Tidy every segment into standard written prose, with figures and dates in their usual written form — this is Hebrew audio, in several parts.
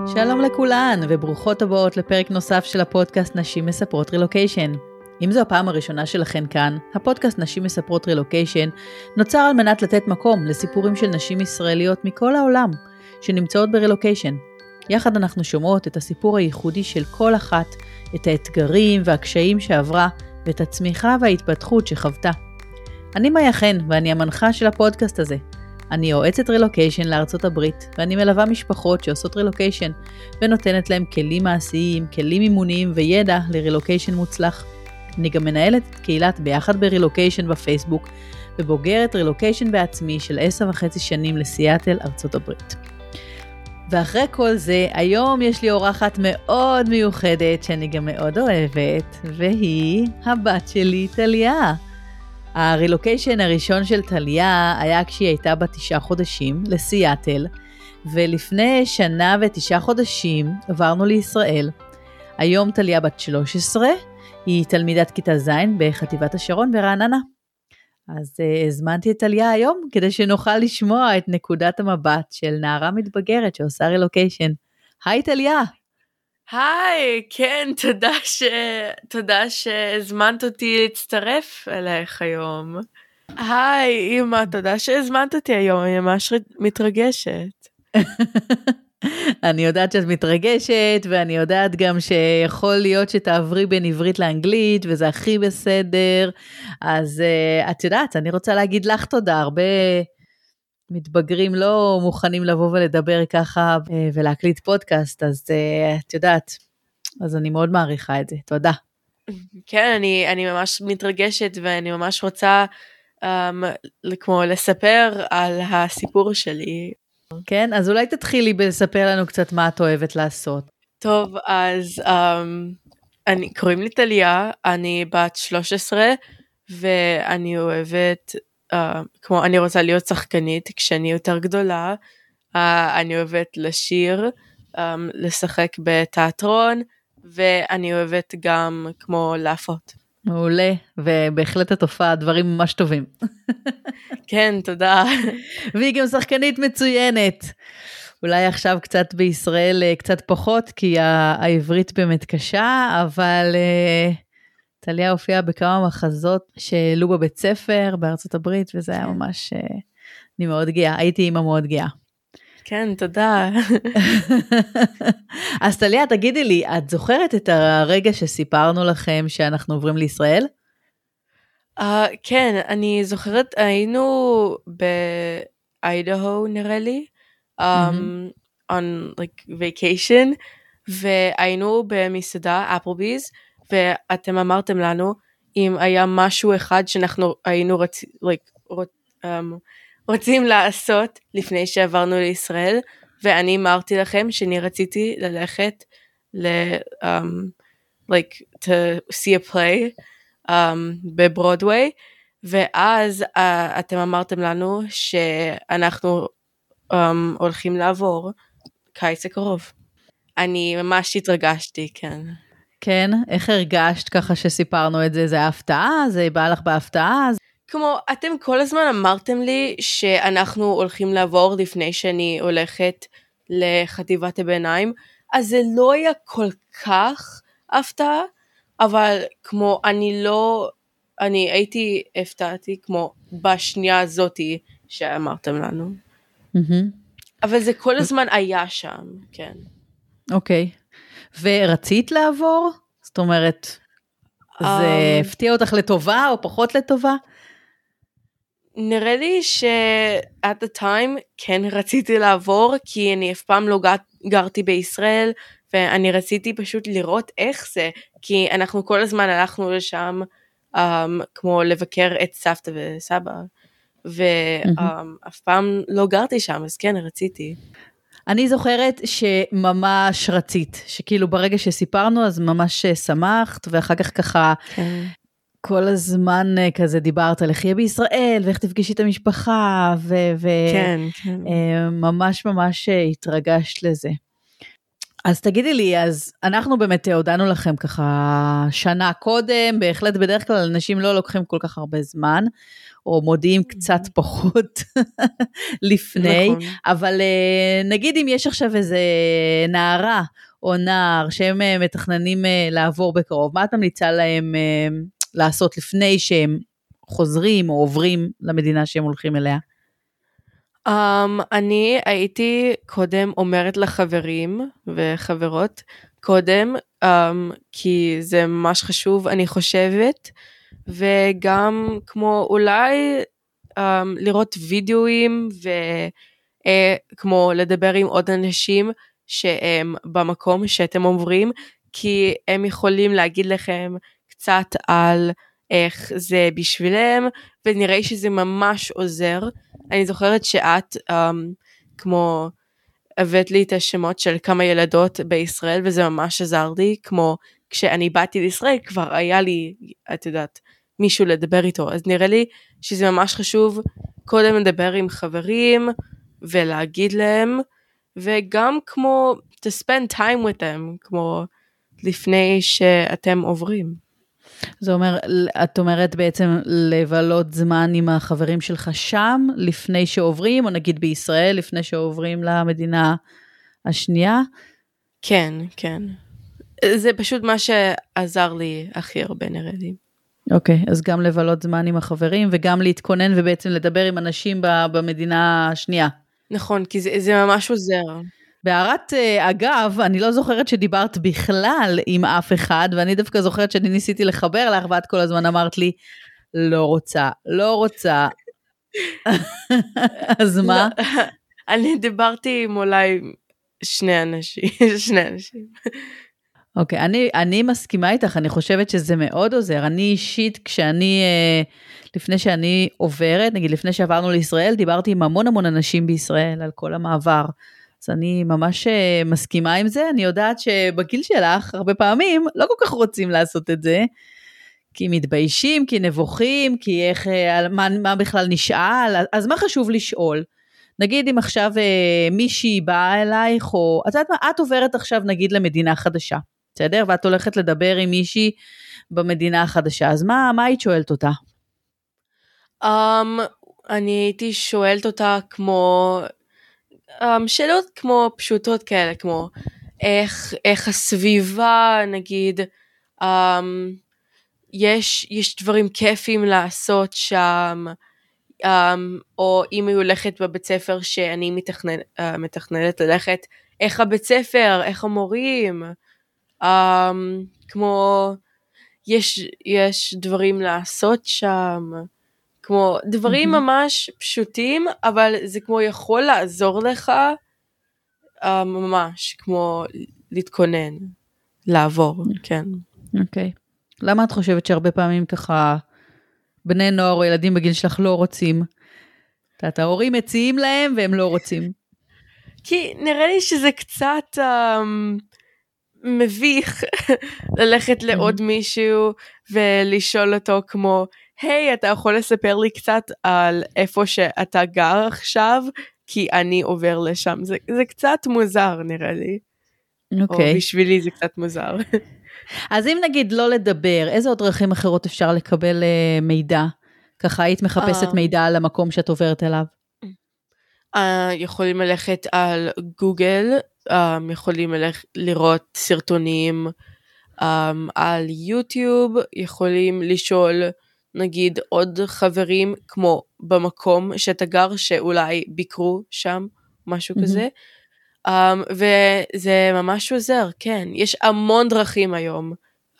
שלום לכולן וברוכות הבאות לפרק נוסף של הפודקאסט נשים מספרות רילוקיישן. אם זו הפעם הראשונה שלכן כאן, הפודקאסט נשים מספרות רילוקיישן נוצר על מנת לתת מקום לסיפורים של נשים ישראליות מכל העולם שנמצאות ברילוקיישן. יחד אנחנו שומעות את הסיפור הייחודי של כל אחת, את האתגרים והקשיים שעברה ואת הצמיחה וההתפתחות שחוותה. אני מאיה חן ואני המנחה של הפודקאסט הזה. אני יועצת רילוקיישן לארצות הברית, ואני מלווה משפחות שעושות רילוקיישן, ונותנת להם כלים מעשיים, כלים אימוניים וידע לרילוקיישן מוצלח. אני גם מנהלת את קהילת ביחד ברילוקיישן בפייסבוק, ובוגרת רילוקיישן בעצמי של 10.5 שנים לסיאטל, ארצות הברית. ואחרי כל זה, היום יש לי אורחת מאוד מיוחדת, שאני גם מאוד אוהבת, והיא הבת שלי, טליה. הרילוקיישן הראשון של טליה היה כשהיא הייתה בת 9 חודשים לסיאטל, ולפני 1 שנה ו9 חודשים עברנו לישראל. היום טליה בת 13, היא תלמידת כיתה ז' בחטיבת השרון ברעננה. אז הזמנתי את טליה היום כדי שנוכל לשמוע את נקודת המבט של נערה מתבגרת שעושה רילוקיישן. היי טליה. היי, כן, תודה שהזמנת אותי להצטרף אלייך היום. היי, אמא, תודה שהזמנת אותי היום, אני ממש מתרגשת. אני יודעת שאת מתרגשת, ואני יודעת גם שיכול להיות שתעברי בין עברית לאנגלית, וזה הכי בסדר. אז את יודעת, אני רוצה להגיד לך תודה, הרבה מתבגרים לא מוכנים לבוא ולדבר ככה ולהקליט פודקאסט, אז את יודעת, אז אני מאוד מעריכה את זה, תודה. כן, אני ממש מתרגשת ואני ממש רוצה כמו לספר על הסיפור שלי. כן, אז אולי תתחילי בלספר לנו קצת מה את אוהבת לעשות. טוב, אז קוראים לי טליה, אני בת 13 ואני אוהבת כמו אני רוצה להיות שחקנית כשאני יותר גדולה, אני אוהבת לשיר, לשחק בתיאטרון, ואני אוהבת גם כמו להפות. מעולה, ובהחלט התופעה, דברים ממש טובים. כן, תודה. והיא גם שחקנית מצוינת. אולי עכשיו קצת בישראל קצת פחות, כי העברית באמת קשה, אבל טליה הופיעה בכמה מחזות שהעלו בבית ספר בארצות הברית, וזה היה ממש, אני מאוד גאה, הייתי אימא מאוד גאה. כן, תודה. אז טליה, תגידי לי, את זוכרת את הרגע שסיפרנו לכם שאנחנו עוברים לישראל? כן, אני זוכרת, היינו באיידהו נראה לי, on like vacation, והיינו במסעדה, אפלביז, ואתם אמרתם לנו, אם היה משהו אחד שאנחנו היינו רוצים לעשות לפני שעברנו לישראל, ואני אמרתי לכם שאני רציתי ללכת to see a play בברודווי, ואז אתם אמרתם לנו שאנחנו הולכים לעבור קיץ הקרוב. אני ממש התרגשתי, כן. כן, איך הרגשת ככה שסיפרנו את זה? זה הפתעה? זה בא לך בהפתעה? כמו אתם כל הזמן אמרתם לי שאנחנו הולכים לעבור לפני שאני הולכת לחטיבת הביניים, אז זה לא היה כל כך הפתעה, אבל כמו אני הייתי הפתעתי כמו בשנייה הזאתי שאמרתם לנו. אבל זה כל הזמן היה שם, כן. אוקיי. ורצית לעבור? זאת אומרת, זה הפתיע אותך לטובה או פחות לטובה? נראה לי at the time כן רציתי לעבור, כי אני אף פעם לא גרתי בישראל, ואני רציתי פשוט לראות איך זה, כי אנחנו כל הזמן הלכנו לשם, כמו לבקר את סבתא וסבא, ואף פעם לא גרתי שם, אז כן רציתי. אני זוכרת שממש רצית, שכאילו ברגע שסיפרנו אז ממש שמחת, ואחר כך ככה כל הזמן כזה דיברת על איך יהיה בישראל, ואיך תפגשי את המשפחה, וממש ממש התרגשת לזה. אז תגידי לי, אז אנחנו באמת הודענו לכם ככה שנה קודם, בהחלט בדרך כלל אנשים לא לוקחים כל כך הרבה זמן, או מודיעים קצת פחות לפני, נכון. אבל נגיד אם יש עכשיו איזה נערה או נער שהם מתכננים לעבור בקרוב, מה את ממליצה להם לעשות לפני שהם חוזרים או עוברים למדינה שהם הולכים אליה? אני הייתי קודם אומרת לחברים וחברות, קודם, כי זה ממש חשוב, אני חושבת, וגם כמו אולי לראות וידאוים וכמו לדבר עם עוד אנשים שהם במקום שאתם עוברים, כי הם יכולים להגיד לכם קצת על איך זה בשבילם, ונראה שזה ממש עוזר. אני זוכרת שאת כמו הבאת לי את השמות של כמה ילדות בישראל, וזה ממש עזר לי, כמו כשאני באתי לישראל כבר היה לי, את יודעת, מישהו לדבר איתו, אז נראה לי שזה ממש חשוב קודם לדבר עם חברים ולהגיד להם, וגם כמו to spend time with them, כמו לפני שאתם עוברים. זה אומר, את אומרת בעצם לבלות זמן עם החברים שלך שם, לפני שעוברים, או נגיד בישראל, לפני שעוברים למדינה השנייה? כן, כן. זה פשוט מה שעזר לי הכי הרבה נראה לי. אוקיי, אז גם לבלות זמן עם החברים, וגם להתכונן ובעצם לדבר עם אנשים במדינה השנייה. נכון, כי זה ממש עוזר. בהערת אגב, אני לא זוכרת שדיברת בכלל עם אף אחד, ואני דווקא זוכרת שאני ניסיתי לחבר לך, ואת כל הזמן אמרת לי, לא רוצה, לא רוצה. אז מה? אני דיברתי עם אולי שני אנשים. אוקיי, אני מסכימה איתך, אני חושבת שזה מאוד עוזר. אני אישית, לפני שאני עוברת, נגיד לפני שעברנו לישראל, דיברתי עם המון אנשים בישראל על כל המעבר. אז אני ממש מסכימה עם זה, אני יודעת שבגיל שלך, הרבה פעמים, לא כל כך רוצים לעשות את זה, כי מתביישים, כי נבוכים, כי מה בכלל נשאל, אז מה חשוב לשאול? נגיד אם עכשיו מישהי באה אלייך, או את יודעת מה, את עוברת עכשיו נגיד למדינה חדשה, בסדר? ואת הולכת לדבר עם מישהי במדינה החדשה, אז מה היית שואלת אותה? אני הייתי שואלת אותה כמו, שאלות כמו פשוטות כאלה, כמו איך הסביבה, נגיד, יש דברים כיפים לעשות שם, או אם היא הולכת בבית ספר שאני מתכננת ללכת, איך הבית ספר, איך המורים, כמו יש דברים לעשות שם, כמו דברים ממש פשוטים, אבל זה כמו יכול לעזור לך, ממש כמו להתכונן, לעבור, כן. אוקיי. למה את חושבת שהרבה פעמים ככה בני נוער או ילדים בגיל שלך לא רוצים? ההורים מציעים להם והם לא רוצים. כי נראה לי שזה קצת מביך ללכת לעוד מישהו ולשאול אותו כמו, היי, אתה יכול לספר לי קצת על איפה שאתה גר עכשיו, כי אני עובר לשם. זה קצת מוזר נראה לי. אוקיי. או בשבילי זה קצת מוזר. אז אם נגיד לא לדבר, איזה עוד דרכים אחרות אפשר לקבל מידע? ככה היית מחפשת מידע על המקום שאת עוברת אליו? יכולים ללכת על גוגל, יכולים לראות סרטונים על יוטיוב, יכולים לשאול נגיד עוד חברים כמו במקום שאתה גר שאולי ביקרו שם, משהו כזה. וזה ממש עוזר, כן. יש המון דרכים היום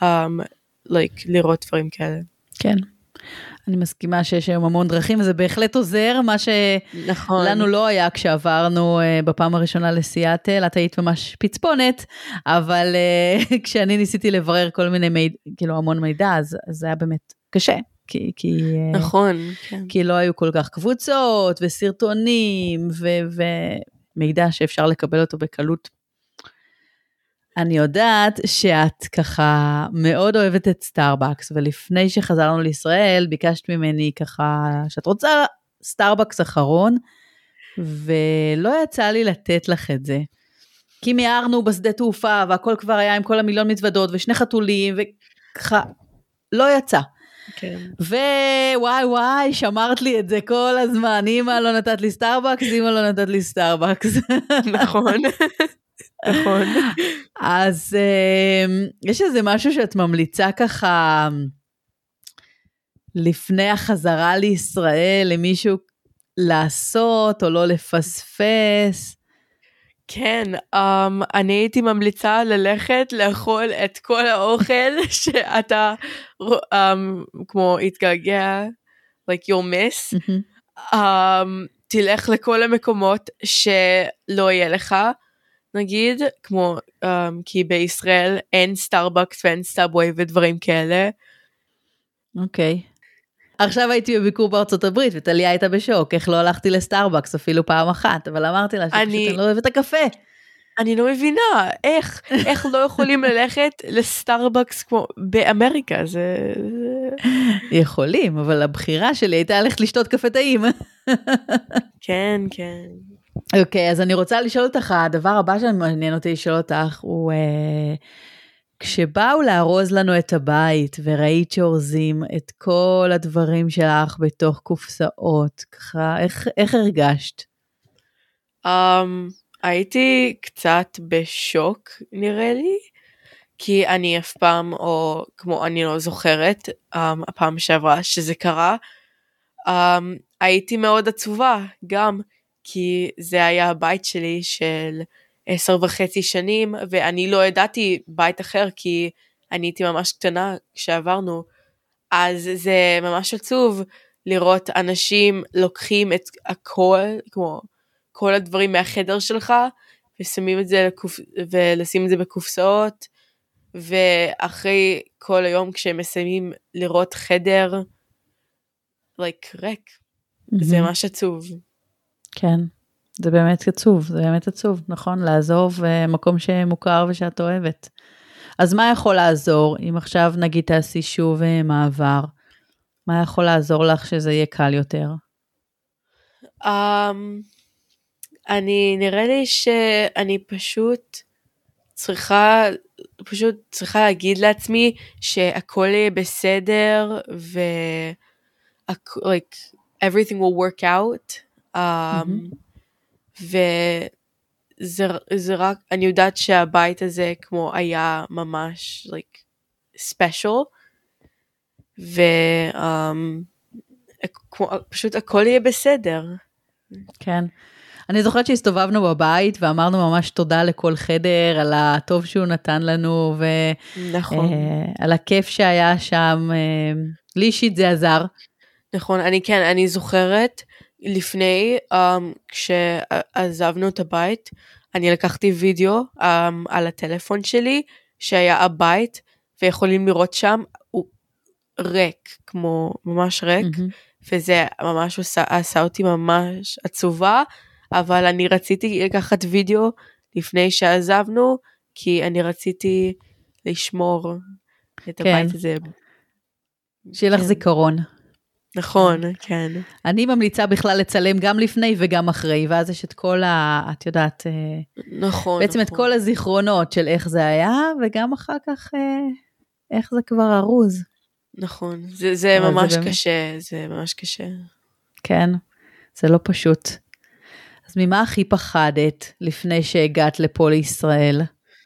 לראות דברים כאלה. כן. אני מסכימה שיש היום המון דרכים, וזה בהחלט עוזר, מה שלנו לא היה כשעברנו בפעם הראשונה לסיאטל, את היית ממש פצפונת, אבל כשאני ניסיתי לברר כל מיני כאילו המון מידע, אז זה היה באמת קשה, נכון, כן. כי לא היו כל כך קבוצות וסרטונים ומידע שאפשר לקבל אותו בקלות. אני יודעת שאת ככה מאוד אוהבת את סטארבקס, ולפני שחזרנו לישראל, ביקשת ממני ככה, שאת רוצה סטארבקס אחרון, ולא יצא לי לתת לך את זה. כי מיהרנו בשדה תעופה, והכל כבר היה עם כל המיליון מזוודות, ושני חתולים, וככה, לא יצא. כן. וואי, שמרת לי את זה כל הזמן, אמא לא נתת לי סטארבקס, אמא לא נתת לי סטארבקס. נכון. נכון. אז יש איזה משהו שאת ממליצה ככה, לפני החזרה לישראל, למישהו לעשות או לא לפספס? כן, אני הייתי ממליצה ללכת לאכול את כל האוכל שאתה כמו התגעגע, like you'll miss. תלך לכל המקומות שלא יהיה לך, נגיד, כמו, כי בישראל אין סטארבקס ואין סאבווי ודברים כאלה. אוקיי. עכשיו הייתי בביקור בארצות הברית, וטליה הייתה בשוק, איך לא הלכתי לסטארבקס אפילו פעם אחת, אבל אמרתי לה שפשוט אני לא אוהבת את הקפה. אני לא מבינה, איך לא יכולים ללכת לסטארבקס כמו באמריקה, זה... יכולים, אבל הבחירה שלי הייתה ללכת לשתות קפה טעים. כן, כן. אוקיי, אז אני רוצה לשאול אותך, הדבר הבא שמעניין אותי לשאול אותך, הוא כשבאו לארוז לנו את הבית, וראית שאורזים את כל הדברים שלך בתוך קופסאות, ככה, איך הרגשת? הייתי קצת בשוק, נראה לי, כי אני אף פעם, או כמו אני לא זוכרת, הפעם שעברה שזה קרה, הייתי מאוד עצובה גם, כי זה היה הבית שלי של 10.5 שנים, ואני לא ידעתי בית אחר, כי אני הייתי ממש קטנה כשעברנו, אז זה ממש עצוב לראות אנשים לוקחים את הכל, כמו כל הדברים מהחדר שלך, ושמים את זה ולשים את זה בקופסאות, ואחרי כל היום כשהם מסיימים לראות חדר, ריק. זה ממש עצוב. כן, זה באמת עצוב, נכון? לעזוב מקום שמוכר ושאת אוהבת. אז מה יכול לעזור, אם עכשיו נגיד תעשי שוב מעבר, מה יכול לעזור לך שזה יהיה קל יותר? נראה לי שאני פשוט צריכה להגיד לעצמי שהכל יהיה בסדר, like everything will work out, וזה רק, אני יודעת שהבית הזה כמו היה ממש like special, פשוט הכל יהיה בסדר. כן. אני זוכרת שהסתובבנו בבית ואמרנו ממש תודה לכל חדר על הטוב שהוא נתן לנו נכון. על הכיף שהיה שם. לי אישית זה עזר. נכון, אני זוכרת לפני כשעזבנו את הבית, אני לקחתי וידאו על הטלפון שלי שהיה הבית, ויכולים לראות שם הוא ריק, כמו ממש ריק, וזה ממש עשה אותי ממש עצובה, אבל אני רציתי לקחת וידאו לפני שעזבנו, כי אני רציתי לשמור את הבית הזה. שיהיה לך זיכרון. נכון, כן. אני ממליצה בכלל לצלם גם לפני וגם אחרי, ואז יש את כל את יודעת, נכון. בעצם את כל הזיכרונות של איך זה היה, וגם אחר כך איך זה כבר ארוז. נכון, זה ממש קשה, זה ממש קשה. כן, זה לא פשוט. אז ממה הכי פחדת לפני שהגעת לפה לישראל?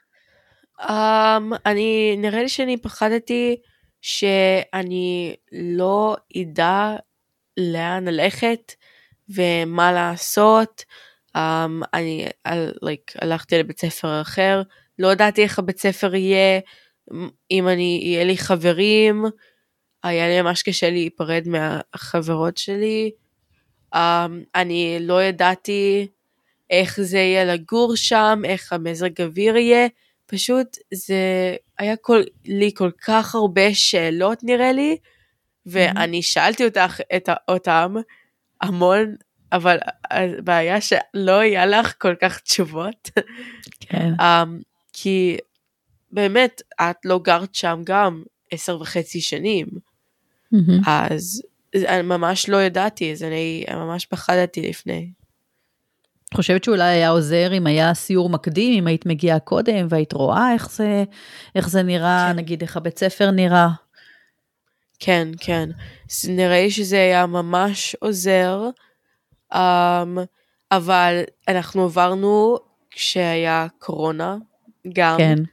נראה לי שאני פחדתי שאני לא ידע לאן ללכת ומה לעשות. אני הלכתי לבית ספר אחר, לא ידעתי איך הבית ספר יהיה, אם יהיה לי חברים, היה לי ממש קשה להיפרד מהחברות שלי. אני לא ידעתי איך זה יהיה לגור שם, איך המזג אוויר יהיה, פשוט זה היה לי כל כך הרבה שאלות נראה לי, ואני שאלתי אותם המון, אבל הבעיה שלא היה לך כל כך תשובות, כן. כי באמת את לא גרת שם גם 10.5 שנים, אז אני ממש לא ידעתי, אז אני ממש פחדתי לפני. את חושבת שאולי היה עוזר אם היה סיור מקדים, אם היית מגיעה קודם והיית רואה איך זה נראה, כן. נגיד איך הבית ספר נראה? כן, כן. נראה לי שזה היה ממש עוזר, אבל אנחנו עברנו כשהיה קורונה גם, כן.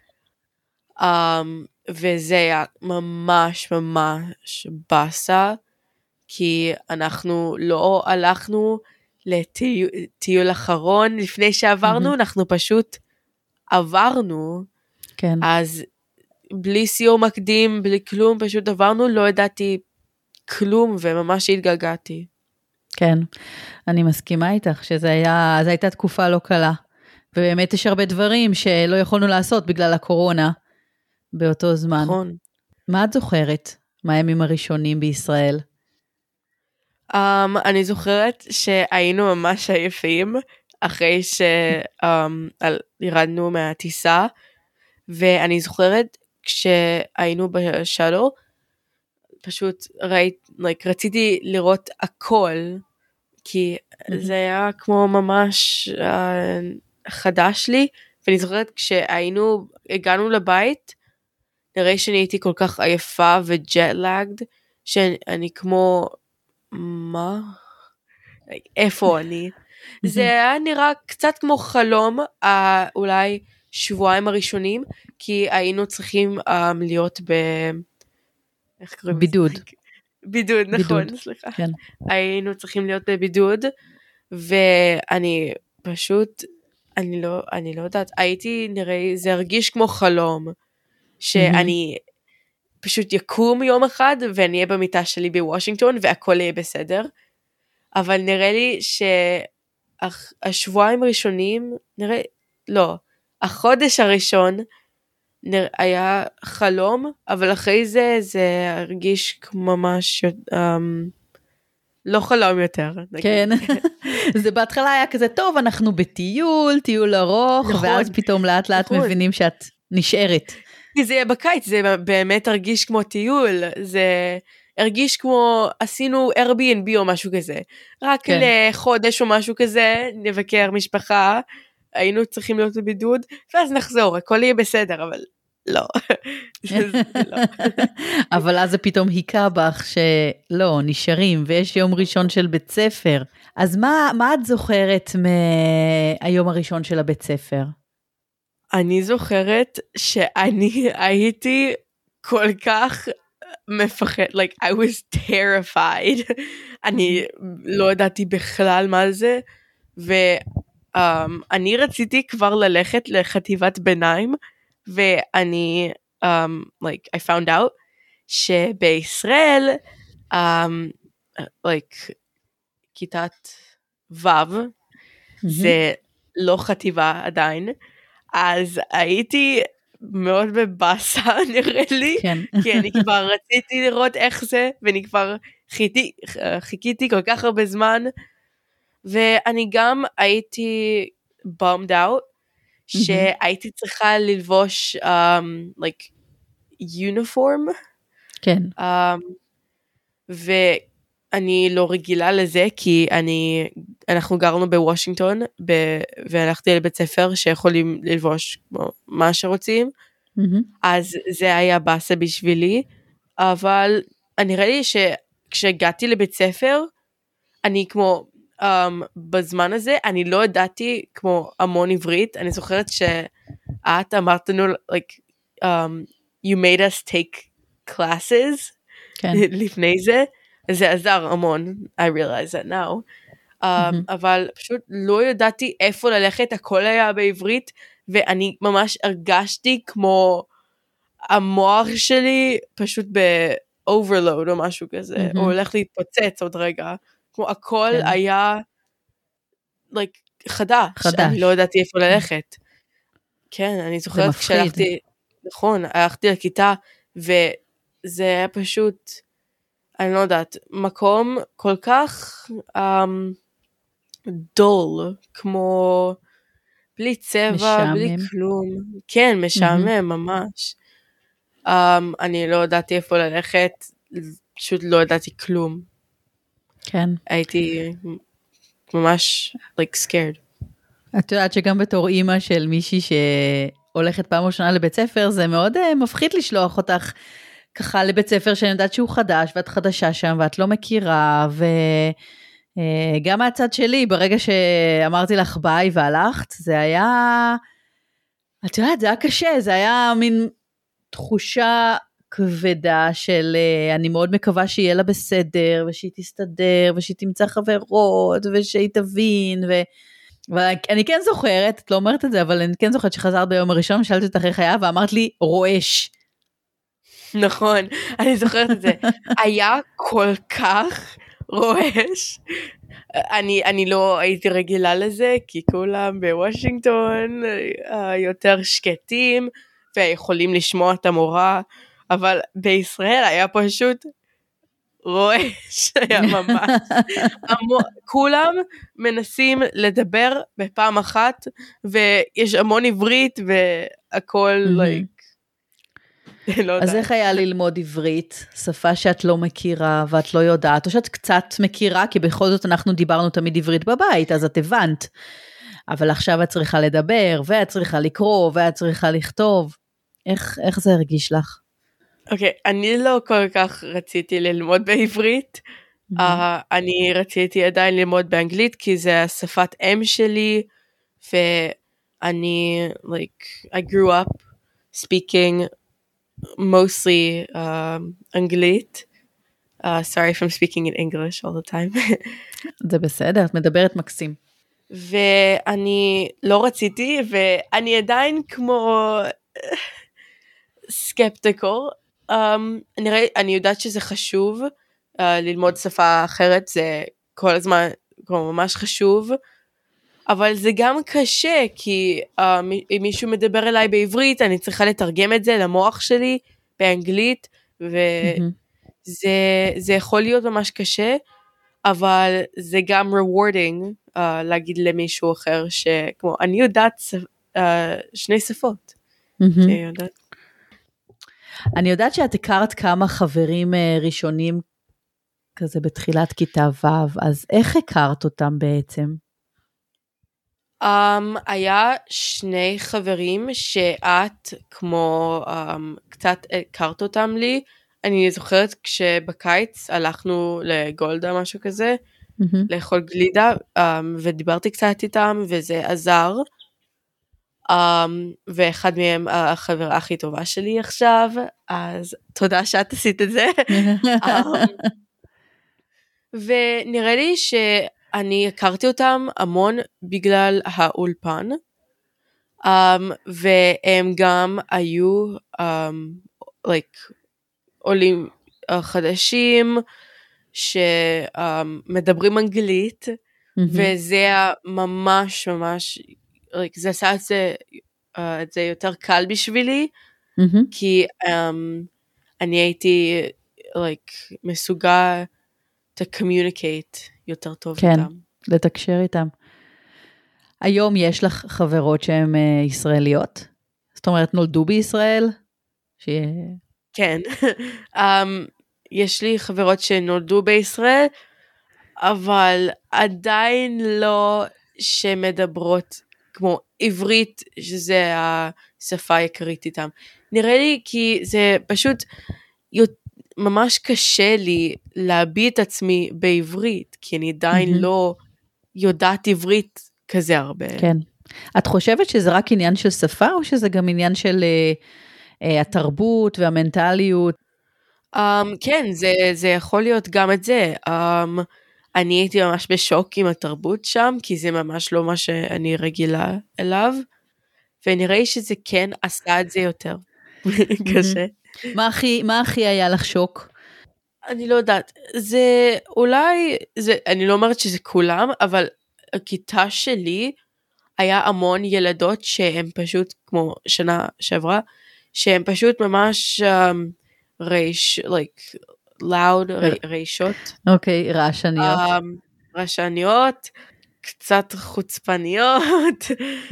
וזה היה ממש ממש בסה, כי אנחנו לא הלכנו לטיול אחרון לפני שעברנו, אנחנו פשוט עברנו, כן. אז בלי סיור מקדים, בלי כלום, פשוט עברנו, לא ידעתי כלום וממש התגעגעתי. כן, אני מסכימה איתך זו הייתה תקופה לא קלה, ובאמת יש הרבה דברים שלא יכולנו לעשות בגלל הקורונה באותו זמן. נכון. מה את זוכרת? מה הימים הראשונים בישראל? אני זוכרת שהיינו ממש עייפים אחרי שירדנו מהטיסה, ואני זוכרת כשהיינו בשאטל, פשוט רציתי לראות הכל, כי זה היה כמו ממש חדש לי, ואני זוכרת כשהגענו לבית, נראה שאני הייתי כל כך עייפה וג'ט-לאגד, שאני כמו, מה? איפה אני? זה היה נראה קצת כמו חלום, אולי שבועיים הראשונים, כי היינו צריכים להיות איך קוראים לזה? בידוד. בידוד, נכון, סליחה. כן. היינו צריכים להיות בבידוד, ואני פשוט, אני לא יודעת, נראה, זה הרגיש כמו חלום, שאני פשוט יקום יום אחד, ואני אהיה במיטה שלי בוושינגטון, והכל יהיה בסדר, אבל נראה לי שהשבועיים הראשונים, החודש הראשון, היה חלום, אבל אחרי זה הרגיש ממש לא חלום יותר. כן, זה בהתחלה היה כזה טוב, אנחנו טיול ארוך, ואז פתאום לאט לאט מבינים שאת נשארת. כי זה בקיץ, זה באמת הרגיש כמו טיול, זה הרגיש כמו עשינו Airbnb או משהו כזה, רק לחודש או משהו כזה, נבקר משפחה, היינו צריכים להיות בבידוד, ואז נחזור, הכל יהיה בסדר, אבל לא. אבל אז זה פתאום היכה בך שלא, נשארים, ויש יום ראשון של בית ספר. אז מה את זוכרת מהיום הראשון של הבית ספר? אני זוכרת שאני הייתי כל כך מפחד, I was terrified. אני לא ידעתי בכלל מה זה, ואני רציתי כבר ללכת לחטיבת ביניים, ואני, I found out, שבישראל, כיתת ו', זה לא חטיבה עדיין, אז הייתי מאוד בבאסה נראה לי, כי אני כבר רציתי לראות איך זה, ואני כבר חיכיתי כל כך הרבה זמן, ואני גם הייתי bummed out, שהייתי צריכה ללבוש uniform, כן. ואני לא רגילה לזה, כי אנחנו גרנו בוושינגטון, והלכתי לבית ספר שיכולים ללבוש מה שרוצים, אז זה היה באסה בשבילי, אבל נראה לי שכשהגעתי לבית ספר, אני כמו, בזמן הזה, אני לא ידעתי כמו המון עברית, אני זוכרת שאת אמרת לנו, you made us take classes, לפני זה, זה עזר המון, I realize that now, אבל פשוט לא ידעתי איפה ללכת, הכל היה בעברית, ואני ממש הרגשתי כמו המוח שלי פשוט ב-overload או משהו כזה, או הולך להתפוצץ עוד רגע, כמו הכל היה חדש, אני לא ידעתי איפה ללכת. כן, אני זוכרת כשהלכתי, נכון, הלכתי לכיתה, וזה היה פשוט, אני לא יודעת, מקום כל כך דול, כמו בלי צבע, משעמם. בלי כלום. כן, משעמם ממש. אני לא ידעתי איפה ללכת, פשוט לא ידעתי כלום. כן. הייתי ממש scared. את יודעת שגם בתור אימא של מישהי שהולכת פעם ראשונה לבית ספר, זה מאוד מפחיד לשלוח אותך ככה לבית ספר שאני יודעת שהוא חדש, ואת חדשה שם, ואת לא מכירה, וגם מהצד שלי, ברגע שאמרתי לך ביי והלכת, זה היה, את יודעת, זה היה קשה, זה היה מין תחושה כבדה של, אני מאוד מקווה שיהיה לה בסדר, ושהיא תסתדר, ושהיא תמצא חברות, ושהיא תבין, ואני כן זוכרת, את לא אומרת את זה, אבל אני כן זוכרת שחזרת ביום הראשון, שאלתי אותך איך היה, ואמרת לי, רועש. נכון, אני זוכרת את זה. היה כל כך רועש. אני לא הייתי רגילה לזה, כי כולם בוושינגטון יותר שקטים, ויכולים לשמוע את המורה, אבל בישראל היה פשוט רועש, היה ממש. כולם מנסים לדבר בפעם אחת, ויש המון עברית, והכל, לא אז יודעת. איך היה ללמוד עברית, שפה שאת לא מכירה ואת לא יודעת, או שאת קצת מכירה, כי בכל זאת אנחנו דיברנו תמיד עברית בבית, אז את הבנת, אבל עכשיו את צריכה לדבר, ואת צריכה לקרוא, ואת צריכה לכתוב, איך זה הרגיש לך? אוקיי, אני לא כל כך רציתי ללמוד בעברית, אני רציתי עדיין ללמוד באנגלית, כי זה השפת אם שלי, ואני, I grew up speaking mostly אנגלית. Sorry if I'm speaking in English all the time. זה בסדר, את מדברת מקסים. ואני לא רציתי, ואני עדיין כמו סקפטיקל. אני יודעת שזה חשוב, ללמוד שפה אחרת, זה כל הזמן כמו ממש חשוב, אבל זה גם קשה, כי אם מישהו מדבר אליי בעברית, אני צריכה לתרגם את זה למוח שלי באנגלית, וזה יכול להיות ממש קשה, אבל זה גם rewarding להגיד למישהו אחר, שכמו אני יודעת שני שפות. אני יודעת שאת הכרת כמה חברים ראשונים, כזה בתחילת כיתה ו', אז איך הכרת אותם בעצם? היה שני חברים שאת כמו קצת הכרת אותם לי. אני זוכרת כשבקיץ הלכנו לגולדה משהו כזה, לאכול גלידה, ודיברתי קצת איתם וזה עזר. ואחד מהם החברה הכי טובה שלי עכשיו, אז תודה שאת עשית את זה. ונראה לי שאני הכרתי אותם המון בגלל האולפן, והם גם היו עולים חדשים שמדברים אנגלית, וזה היה ממש ממש, זה עשה את זה יותר קל בשבילי, כי אני הייתי מסוגל to communicate יותר טוב איתם. כן, לתקשר איתם. היום יש לך חברות שהן ישראליות? זאת אומרת, נולדו בישראל? כן. יש לי חברות שנולדו בישראל, אבל עדיין לא שמדברות כמו עברית, שזה השפה העיקרית איתם. נראה לי כי זה פשוט ממש קשה לי להביע את עצמי בעברית, כי אני עדיין לא יודעת עברית כזה הרבה. כן. את חושבת שזה רק עניין של שפה, או שזה גם עניין של התרבות והמנטליות? כן, זה יכול להיות גם את זה. אני הייתי ממש בשוק עם התרבות שם, כי זה ממש לא מה שאני רגילה אליו, ונראה שזה כן עשה את זה יותר קשה. מה הכי היה לך שוק? אני לא יודעת, זה אולי, אני לא אומרת שזה כולם, אבל הכיתה שלי היה המון ילדות שהן פשוט, כמו שנה שעברה, שהן פשוט ממש loud, רעישות. אוקיי, רעשניות. רעשניות, קצת חוצפניות,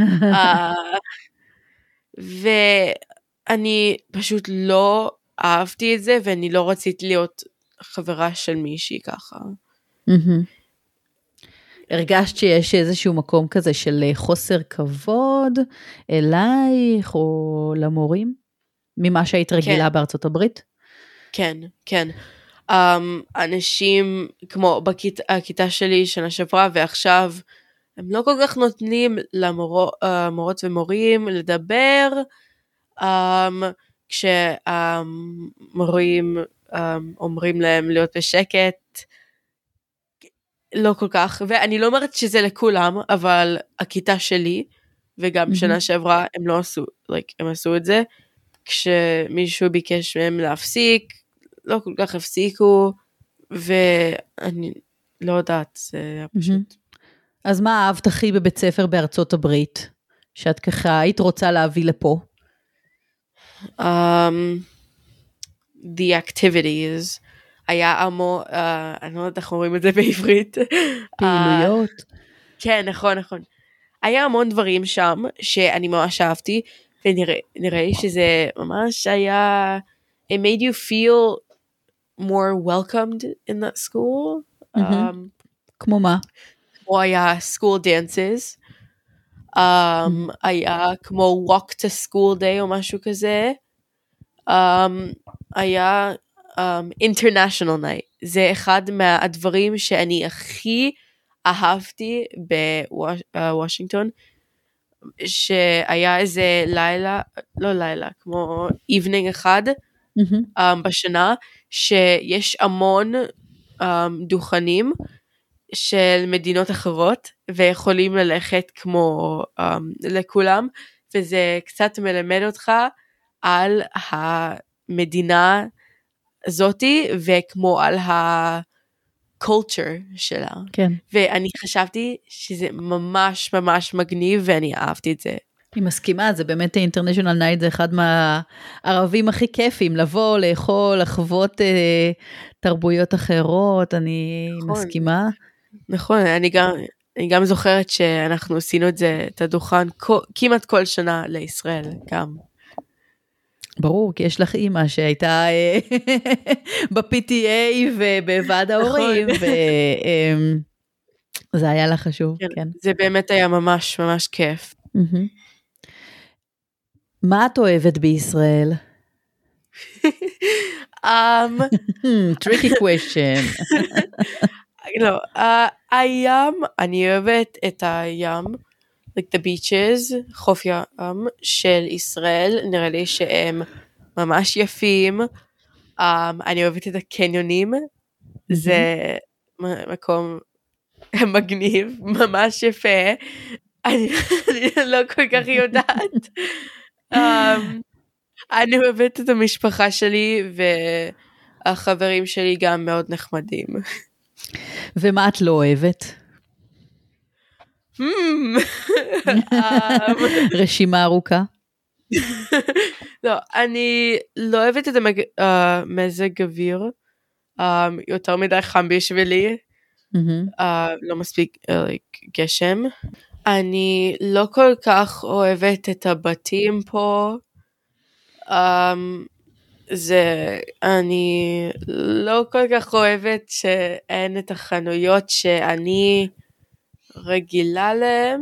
ואני פשוט לא אהבתי את זה, ואני לא רציתי להיות חברה של מישהי ככה. הרגשת שיש איזשהו מקום כזה של חוסר כבוד אלייך או למורים? ממה שהיית רגילה בארצות הברית? כן, כן. אנשים כמו בכיתה שלי שנה שעברה ועכשיו, הם לא כל כך נותנים למורות ומורים לדבר, כשהמורים אומרים להם להיות בשקט, לא כל כך, ואני לא אומרת שזה לכולם, אבל הכיתה שלי, וגם שנה שעברה, הם לא עשו, הם עשו את זה, כשמישהו ביקש מהם להפסיק, לא כל כך הפסיקו, ואני לא יודעת, זה היה פשוט. אז מה אהבת הכי בבית ספר בארצות הברית, שאת ככה היית רוצה להביא לפה? The activities, היה המון, אני לא יודעת איך אומרים את זה בעברית. פעילויות. כן, נכון. היה המון דברים שם, שאני ממש אהבתי, ונראה לי שזה ממש היה, it made you feel more welcomed in that school. כמו מה? כמו היה school dances, היה כמו walk to school day או משהו כזה, היה international night, זה אחד מהדברים שאני הכי אהבתי בוושינגטון, שהיה איזה לילה, כמו evening אחד בשנה, שיש המון דוכנים של מדינות אחרות, ויכולים ללכת כמו לכולם, וזה קצת מלמד אותך על המדינה הזאתי, וכמו על ה-culture שלה. כן. ואני חשבתי שזה ממש ממש מגניב, ואני אהבתי את זה. אני מסכימה, זה באמת International Night, זה אחד מהערבים הכי כיפים, לבוא, לאכול, לחוות תרבויות אחרות, אני מסכימה. נכון, אני גם זוכרת שאנחנו עשינו את הדוכן כמעט כל שנה לישראל, גם. ברור, כי יש לך אימא שהייתה ב-PTA ובוועד ההורים, וזה היה לה חשוב. כן. זה באמת היה ממש ממש כיף. מה את אוהבת בישראל? Tricky question. לא, הים, אני אוהבת את הים, like the beaches, חוף ים של ישראל, נראה לי שהם ממש יפים, אני אוהבת את הקניונים, זה מקום מגניב, ממש יפה, אני לא כל כך יודעת, אני אוהבת את המשפחה שלי, והחברים שלי גם מאוד נחמדים. ומה את לא אוהבת? רשימה ארוכה. לא, אני לא אוהבת את המזג אוויר, יותר מדי חם בשבילי, לא מספיק גשם. אני לא כל כך אוהבת את הבתים פה, אני לא כל כך אוהבת שאין את החנויות שאני רגילה להם,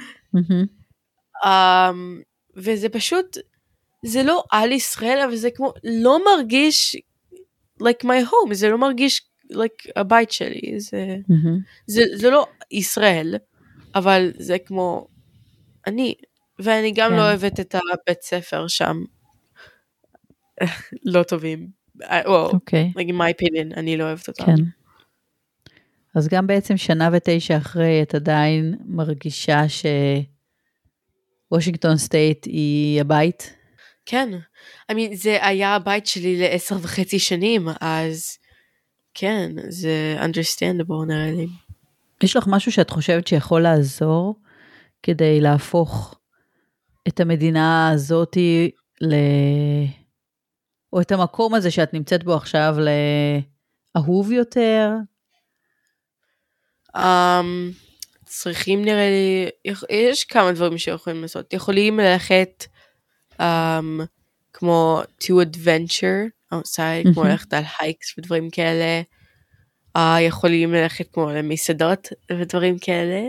וזה פשוט, זה לא על ישראל, אבל זה כמו, לא מרגיש like my home, זה לא מרגיש like הבית שלי, זה לא ישראל, אבל זה כמו אני, ואני גם לא אוהבת את הבית ספר שם, לא טובים, like in my opinion, אני לא אוהבת אותם. כן. אז גם בעצם 1.9 שנה אחרי, את עדיין מרגישה שוושינגטון סטייט היא הבית? כן, זה היה הבית שלי ל10.5 שנים, אז כן, זה understandable נראה לי. יש לך משהו שאת חושבת שיכול לעזור, כדי להפוך את המדינה הזאת, או את המקום הזה שאת נמצאת בו עכשיו, לאהוב יותר? צריכים נראה לי, יש כמה דברים שיכולים לעשות, יכולים ללכת כמו to adventure outside, כמו ללכת על hiikes ודברים כאלה, יכולים ללכת כמו למסעדות ודברים כאלה.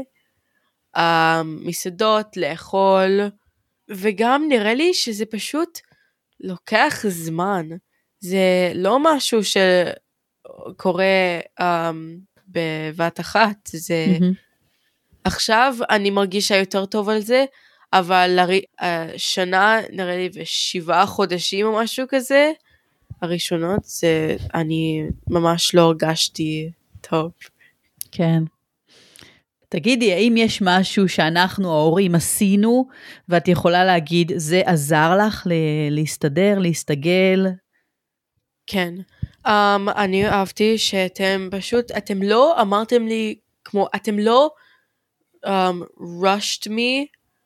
מסעדות, לאכול, וגם נראה לי שזה פשוט לוקח זמן. זה לא משהו שקורה בבת אחת. זה עכשיו אני מרגישה יותר טוב על זה, אבל שנה נראה לי 7 חודשים או משהו כזה, הראשונות, זה אני ממש לא הרגשתי טוב. כן. תגידי, האם יש משהו שאנחנו ההורים עשינו, ואת יכולה להגיד, זה עזר לך להסתדר, להסתגל? כן. אני אהבתי שאתם פשוט, אתם לא אמרתם לי, כמו, אתם לא rushed me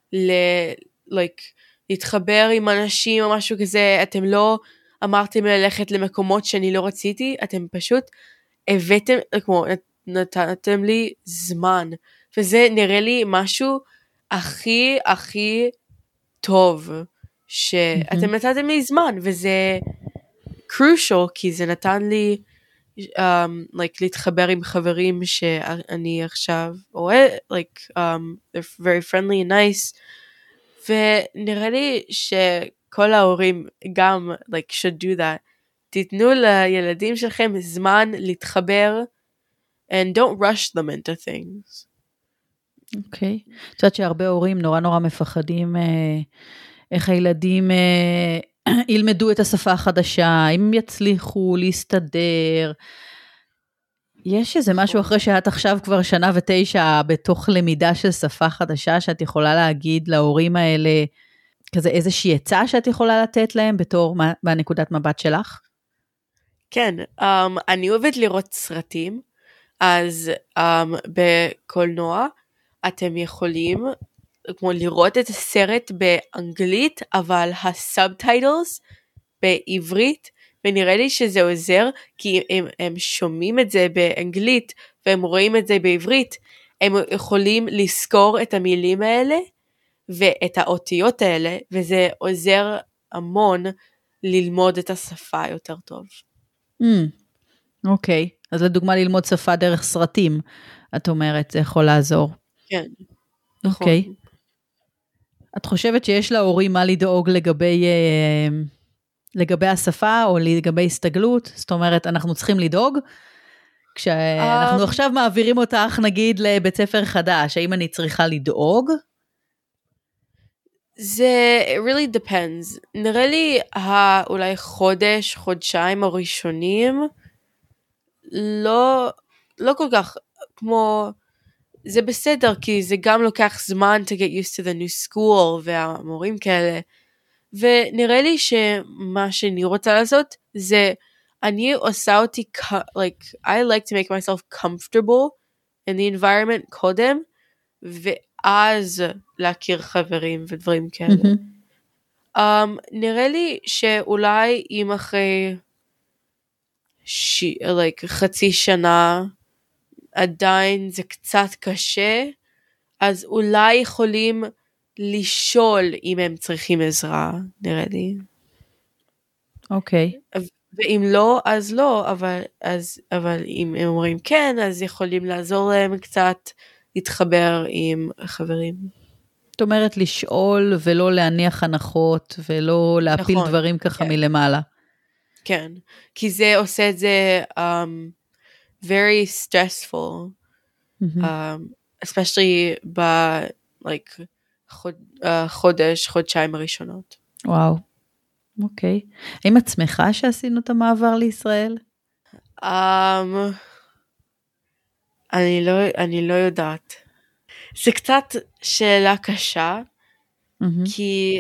להתחבר עם אנשים או משהו כזה, אתם לא אמרתם ללכת למקומות שאני לא רציתי, אתם פשוט הבאתם, כמו, נתתם לי זמן, וזה נראה לי משהו הכי הכי טוב, שאתם נתתם לי זמן, וזה crucial, כי זה נתן לי להתחבר עם חברים שאני עכשיו אוהב, they're very friendly and nice, ונראה לי שכל ההורים גם should do that. תיתנו לילדים שלכם זמן להתחבר, and don't rush them into things. אוקיי. את יודעת שהרבה הורים נורא מפחדים איך הילדים ילמדו את השפה החדשה, אם יצליחו להסתדר. יש איזה משהו אחרי שאת עכשיו כבר 1.9 שנה בתוך למידה של שפה חדשה, שאת יכולה להגיד להורים האלה, כזה איזושהי עצה שאת יכולה לתת להם בתור מהנקודת מבט שלך? כן, אני אוהבת לראות סרטים, אז בקולנוע אתם יכולים כמו לראות את הסרט באנגלית, אבל הסאבטייטלס בעברית, ונראה לי שזה עוזר, כי הם שומעים את זה באנגלית, והם רואים את זה בעברית, הם יכולים לזכור את המילים האלה, ואת האותיות האלה, וזה עוזר המון ללמוד את השפה יותר טוב. אוקיי, אז לדוגמה ללמוד שפה דרך סרטים, את אומרת, זה יכול לעזור. כן, נכון. אוקיי. את חושבת שיש להורים מה לדאוג לגבי השפה, או לגבי הסתגלות? זאת אומרת, אנחנו צריכים לדאוג, כשאנחנו עכשיו מעבירים אותך, נגיד, לבית ספר חדש, האם אני צריכה לדאוג? זה it really depends. נראה לי אולי חודשיים הראשונים, לא כל כך, כמו, זה בסדר, כי זה גם לוקח זמן to get used to the new school, והמורים כאלה, ונראה לי שמה שאני רוצה לעשות, זה, אני עושה אותי, I like to make myself comfortable in the environment קודם, ואז להכיר חברים ודברים כאלה. נראה לי שאולי אם אחרי חצי שנה עדיין זה קצת קשה, אז אולי יכולים לשאול אם הם צריכים עזרה, נראה לי. אוקיי. ואם לא, אז לא, אבל אם הם אומרים כן, אז יכולים לעזור להם קצת להתחבר עם חברים. זאת אומרת, לשאול ולא להניח הנחות, ולא להפיל נכון, דברים ככה כן. מלמעלה. כן, כי זה עושה את זה very stressful, especially חודשיים הראשונות. וואו, אוקיי. האם את שמחה שעשינו את המעבר לישראל? אני לא יודעת. זה קצת שאלה קשה, כי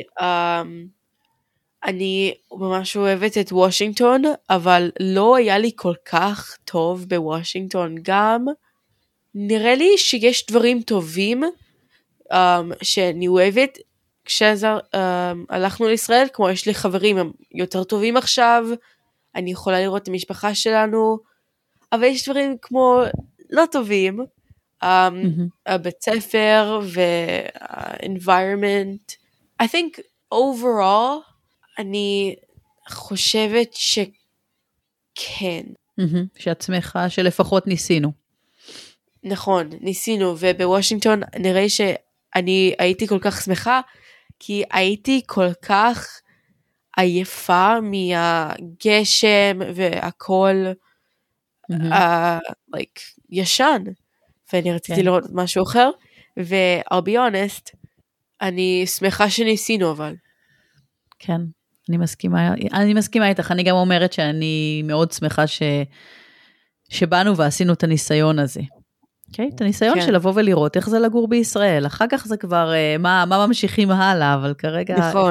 אני ממש אוהבת את וושינגטון, אבל לא היה לי כל כך טוב בוושינגטון גם. נראה לי שיש דברים טובים שאני אוהבת כשהלכנו לישראל, כמו יש לי חברים הם יותר טובים עכשיו, אני יכולה לראות את המשפחה שלנו, אבל יש דברים כמו לא טובים, הבית ספר וה-environment. I think overall, אני חושבת שכן. שאת שמחה שלפחות ניסינו. נכון, ניסינו, ובוושינגטון נראה שאני הייתי כל כך שמחה, כי הייתי כל כך עייפה מהגשם והכל ישן, ואני רציתי לראות משהו אחר, ו-I'll be honest, אני שמחה שניסינו אבל. כן, אני מסכימה איתך, אני גם אומרת שאני מאוד שמחה שבאנו ועשינו את הניסיון הזה. אוקיי? את הניסיון של לבוא ולראות איך זה לגור בישראל, אחר כך זה כבר, מה ממשיכים הלאה, אבל כרגע... נכון.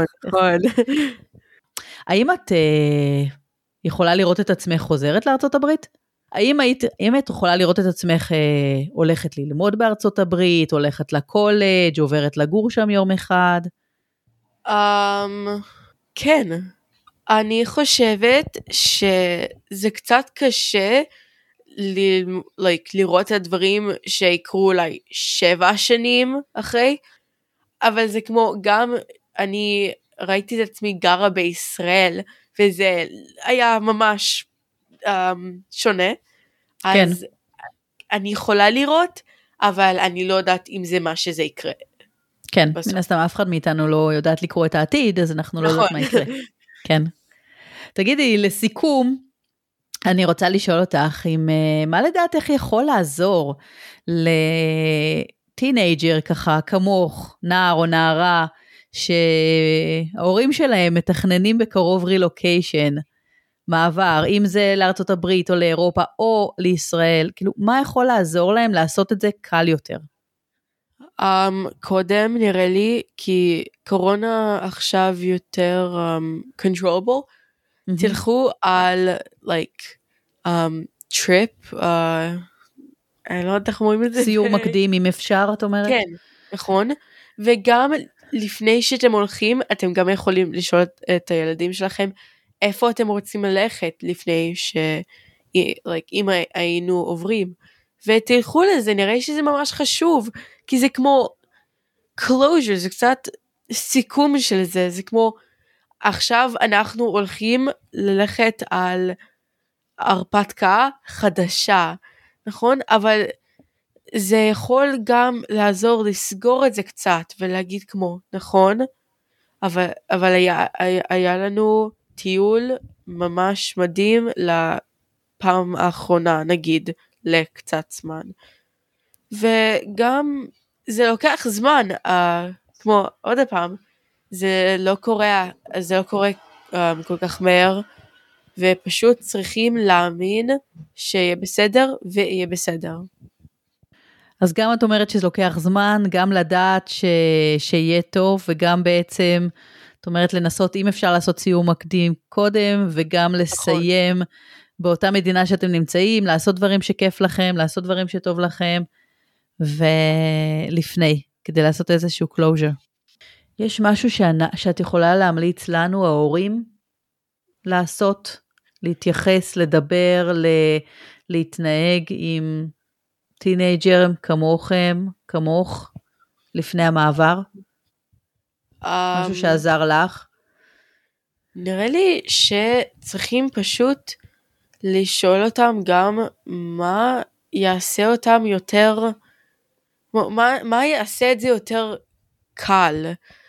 האם את יכולה לראות את עצמך חוזרת לארצות הברית? האם את יכולה לראות את עצמך הולכת ללמוד בארצות הברית, הולכת לקולג', עוברת לגור שם יום אחד? כן, אני חושבת שזה קצת קשה לראות את הדברים שיקרו אולי 7 שנים אחרי, אבל זה כמו גם אני ראיתי את עצמי גרה בישראל, וזה היה ממש שונה, כן. אז אני יכולה לראות, אבל אני לא יודעת אם זה מה שזה יקרה. כן, מן הסתם אף אחד מאיתנו לא יודעת לקרוא את העתיד, אז אנחנו לא יודעת מה יקרה. כן. תגידי, לסיכום, אני רוצה לשאול אותך, מה לדעתך יכול לעזור לטינאג'ר ככה, כמוך, נער או נערה, שההורים שלהם מתכננים בקרוב רילוקיישן, מעבר, אם זה לארצות הברית או לאירופה או לישראל, כאילו, מה יכול לעזור להם לעשות את זה קל יותר? קודם נראה לי, כי קורונה עכשיו יותר controllable, תלכו על trip, אני לא יודעת איך אומרים את זה. סיור מקדים אם אפשר, את אומרת? כן, נכון. וגם לפני שאתם הולכים, אתם גם יכולים לשאול את הילדים שלכם, איפה אתם רוצים ללכת לפני אם היינו עוברים. ותלכו לזה, נראה שזה ממש חשוב, כי זה כמו closure, זה קצת סיכום של זה, זה כמו עכשיו אנחנו הולכים ללכת על הרפתקה חדשה, נכון? אבל זה יכול גם לעזור לסגור את זה קצת ולהגיד כמו, נכון? אבל היה לנו טיול ממש מדהים לפעם האחרונה, נגיד, לקצת זמן. וגם זה לוקח זמן, כמו עוד פעם, זה לא קורה כל כך מהר, ופשוט צריכים להאמין שיהיה בסדר, ויהיה בסדר. אז גם את אומרת שזה לוקח זמן, גם לדעת שיהיה טוב, וגם בעצם, את אומרת לנסות, אם אפשר לעשות סיור מקדים קודם, וגם לסיים באותה מדינה שאתם נמצאים, לעשות דברים שכיף לכם, לעשות דברים שטוב לכם, ולפני, כדי לעשות איזשהו closure. יש משהו שאת יכולה להמליץ לנו, ההורים, לעשות, להתייחס, לדבר, להתנהג עם טינאג'ר כמוכם, כמוך, לפני המעבר? משהו שעזר לך? נראה לי שצריכים פשוט לשאול אותם גם מה יעשה אותם יותר, מה יעשה את זה יותר קל,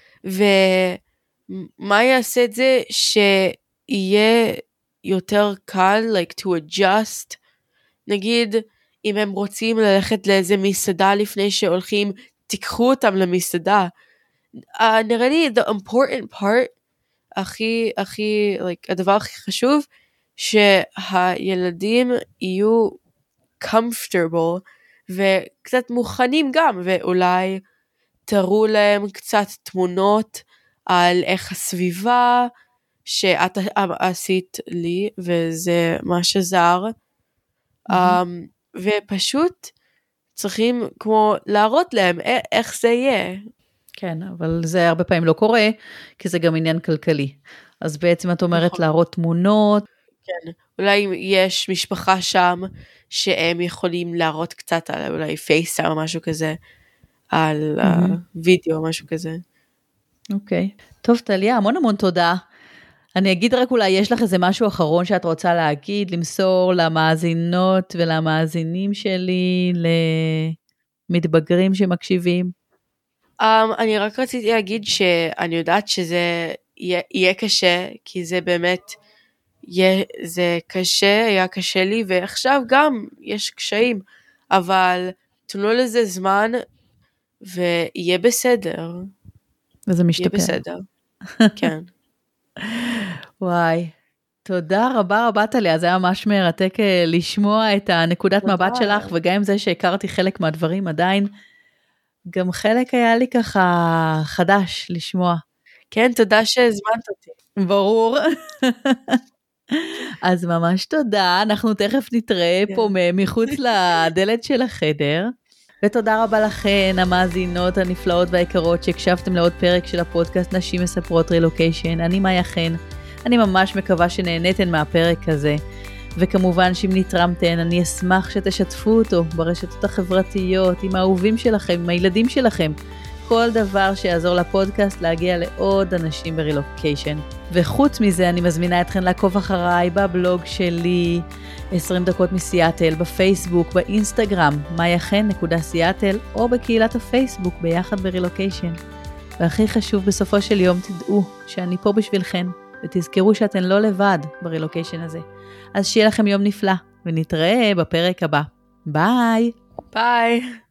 ומה יעשה את זה שיהיה יותר קל, to adjust, נגיד, אם הם רוצים ללכת לאיזה מסעדה לפני שהולכים, תיקחו אותם למסעדה. נראה לי, the important part, הדבר הכי חשוב, שהילדים יהיו comfortable, וקצת מוכנים גם, ואולי תראו להם קצת תמונות, על איך הסביבה, שאת עשית לי, וזה מה שזר, ופשוט צריכים כמו להראות להם איך זה יהיה. כן, אבל זה הרבה פעמים לא קורה, כי זה גם עניין כלכלי. אז בעצם את אומרת להראות תמונות. כן, אולי יש משפחה שם, שהם יכולים להראות קצת על אולי פייסטיים או משהו כזה, על וידאו או משהו כזה. אוקיי. טוב, טליה, המון המון תודה אני אגיד רק אולי, יש לך איזה משהו אחרון שאת רוצה להגיד, למסור למאזינות ולמאזינים שלי, למתבגרים שמקשיבים? אני רק רציתי להגיד שאני יודעת שזה יהיה קשה, כי זה באמת, זה קשה, היה קשה לי, ועכשיו גם יש קשיים, אבל תנו לזה זמן, ויהיה בסדר. וזה משתפר. יהיה בסדר, כן. וואי, תודה רבה רבה טליה, זה היה ממש מרתק לשמוע את הנקודת מבט שלך, וגם עם זה שהכרתי חלק מהדברים עדיין, גם חלק היה לי ככה חדש לשמוע. כן, תודה שהזמנת אותי. ברור. אז ממש תודה, אנחנו תכף נתראה פה מחוץ לדלת של החדר, ותודה רבה לכן, המאזינות הנפלאות והיקרות שהקשבתם לעוד פרק של הפודקאסט נשים מספרות רילוקיישן. אני מאיה חן, אני ממש מקווה שנהניתן מהפרק הזה, וכמובן שאם נתרמתן, אני אשמח שתשתפו אותו ברשתות החברתיות, עם האהובים שלכם, עם הילדים שלכם, כל דבר שיעזור לפודקאסט להגיע לעוד אנשים ברילוקיישן. וחוץ מזה, אני מזמינה אתכן לעקוב אחריי בבלוג שלי, 20 דקות מסיאטל, בפייסבוק, באינסטגרם, mayachen.seattle, או בקהילת הפייסבוק, ביחד ברילוקיישן. והכי חשוב, בסופו של יום תדעו שאני פה בשבילכן, ותזכרו שאתן לא לבד ברילוקיישן הזה. אז שיהיה לכם יום נפלא, ונתראה בפרק הבא. ביי! ביי!